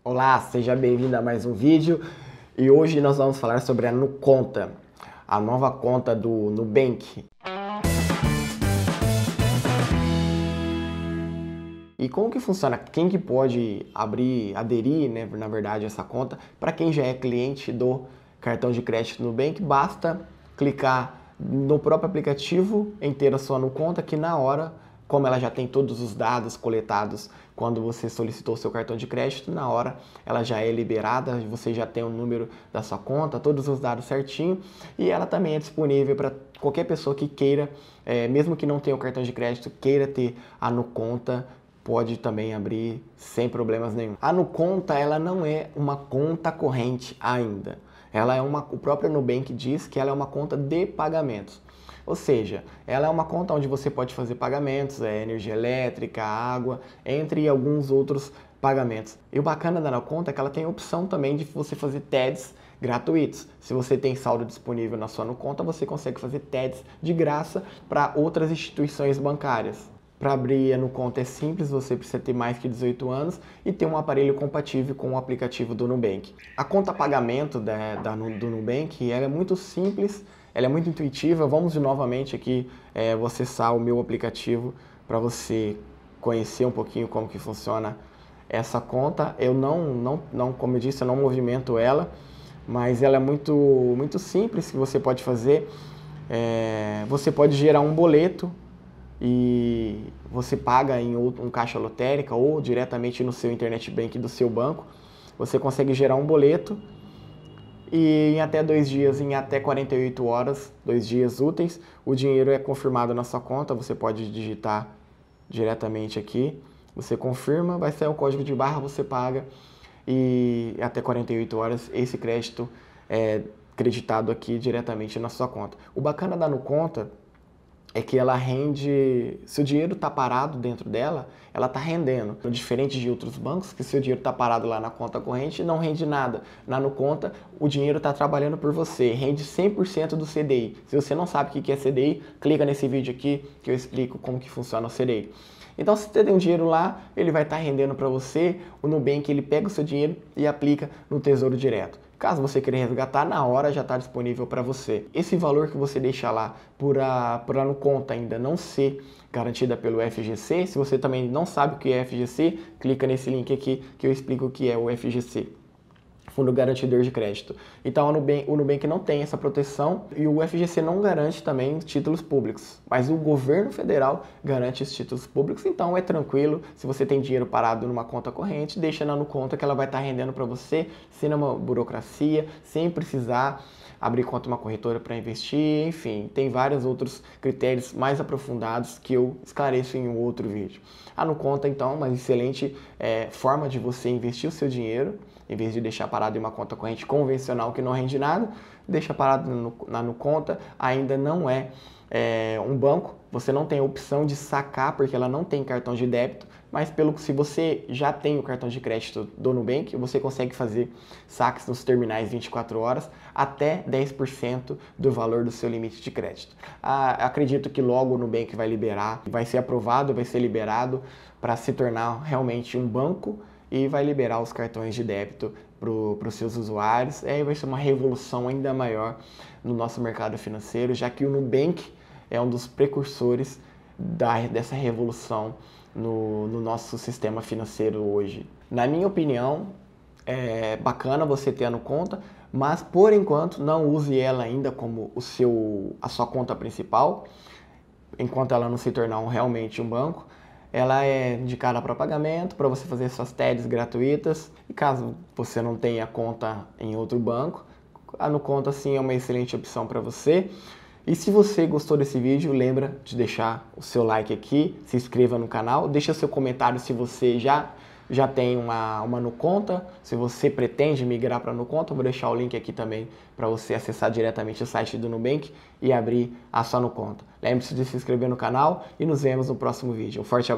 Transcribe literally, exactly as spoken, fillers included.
Olá, seja bem-vindo a mais um vídeo e hoje nós vamos falar sobre a NuConta, a nova conta do Nubank. E como que funciona? Quem que pode abrir, aderir, né, na verdade, essa conta? Para quem já é cliente do cartão de crédito Nubank, basta clicar no próprio aplicativo em ter a sua NuConta, que na hora, como ela já tem todos os dados coletados quando você solicitou o seu cartão de crédito, na hora ela já é liberada, você já tem o número da sua conta, todos os dados certinho, e ela também é disponível para qualquer pessoa que queira, é, mesmo que não tenha o cartão de crédito, queira ter a NuConta, pode também abrir sem problemas nenhum. A NuConta, ela não é uma conta corrente ainda. Ela é uma, o próprio Nubank diz que ela é uma conta de pagamentos. Ou seja, ela é uma conta onde você pode fazer pagamentos, é, energia elétrica, água, entre alguns outros pagamentos. E o bacana da NuConta é que ela tem a opção também de você fazer T E Ds gratuitos. Se você tem saldo disponível na sua NuConta, você consegue fazer T E Ds de graça para outras instituições bancárias. Para abrir a NuConta é simples, você precisa ter mais que dezoito anos e ter um aparelho compatível com o aplicativo do Nubank. A conta pagamento da, da, do Nubank ela é muito simples, ela é muito intuitiva. Vamos novamente aqui é, acessar o meu aplicativo para você conhecer um pouquinho como que funciona essa conta. Eu não, não, não, como eu disse, eu não movimento ela, mas ela é muito, muito simples que você pode fazer. É, você pode gerar um boleto e você paga em um caixa lotérica ou diretamente no seu internet bank do seu banco. Você consegue gerar um boleto e em até dois dias, em até quarenta e oito horas, dois dias úteis, o dinheiro é confirmado na sua conta. Você pode digitar diretamente aqui, você confirma, vai sair o código de barra, você paga e até quarenta e oito horas esse crédito é creditado aqui diretamente na sua conta. O bacana da NuConta é que ela rende, se o dinheiro está parado dentro dela, ela está rendendo. Diferente de outros bancos, que se o dinheiro está parado lá na conta corrente, não rende nada. Na NuConta, o dinheiro está trabalhando por você, rende cem por cento do C D I. Se você não sabe o que é C D I, clica nesse vídeo aqui que eu explico como que funciona o C D I. Então, se você tem um dinheiro lá, ele vai estar rendendo para você. O Nubank, ele pega o seu dinheiro e aplica no Tesouro Direto. Caso você queira resgatar, na hora já está disponível para você. Esse valor que você deixa lá por a, por a NuConta ainda não ser garantida pelo F G C, se você também não sabe o que é F G C, clica nesse link aqui que eu explico o que é o F G C. Fundo Garantidor de Crédito. Então o Nubank, o Nubank não tem essa proteção e o F G C não garante também títulos públicos, mas o governo federal garante os títulos públicos, então é tranquilo. Se você tem dinheiro parado numa conta corrente, deixa na NuConta que ela vai estar rendendo para você, sem uma burocracia, sem precisar abrir conta uma corretora para investir, enfim, tem vários outros critérios mais aprofundados que eu esclareço em um outro vídeo. A NuConta, então, uma excelente é, forma de você investir o seu dinheiro, em vez de deixar parado em uma conta corrente convencional que não rende nada, deixa parado no, na NuConta. Ainda não é, é um banco, você não tem a opção de sacar porque ela não tem cartão de débito, mas pelo que se você já tem o cartão de crédito do Nubank, você consegue fazer saques nos terminais vinte e quatro horas até dez por cento do valor do seu limite de crédito. Ah, acredito que logo o Nubank vai liberar, vai ser aprovado, vai ser liberado para se tornar realmente um banco e vai liberar os cartões de débito para os seus usuários. Aí vai ser uma revolução ainda maior no nosso mercado financeiro, já que o Nubank é um dos precursores da, dessa revolução no, no nosso sistema financeiro hoje. Na minha opinião, é bacana você ter a NuConta, mas por enquanto não use ela ainda como o seu, a sua conta principal, enquanto ela não se tornar um, realmente um banco. Ela é indicada para pagamento, para você fazer suas T E Ds gratuitas. E caso você não tenha conta em outro banco, a NuConta sim é uma excelente opção para você. E se você gostou desse vídeo, lembra de deixar o seu like aqui, se inscreva no canal, deixa seu comentário se você já, já tem uma, uma NuConta, se você pretende migrar para a NuConta. Eu vou deixar o link aqui também para você acessar diretamente o site do Nubank e abrir a sua NuConta. Lembre-se de se inscrever no canal e nos vemos no próximo vídeo. Um forte abraço.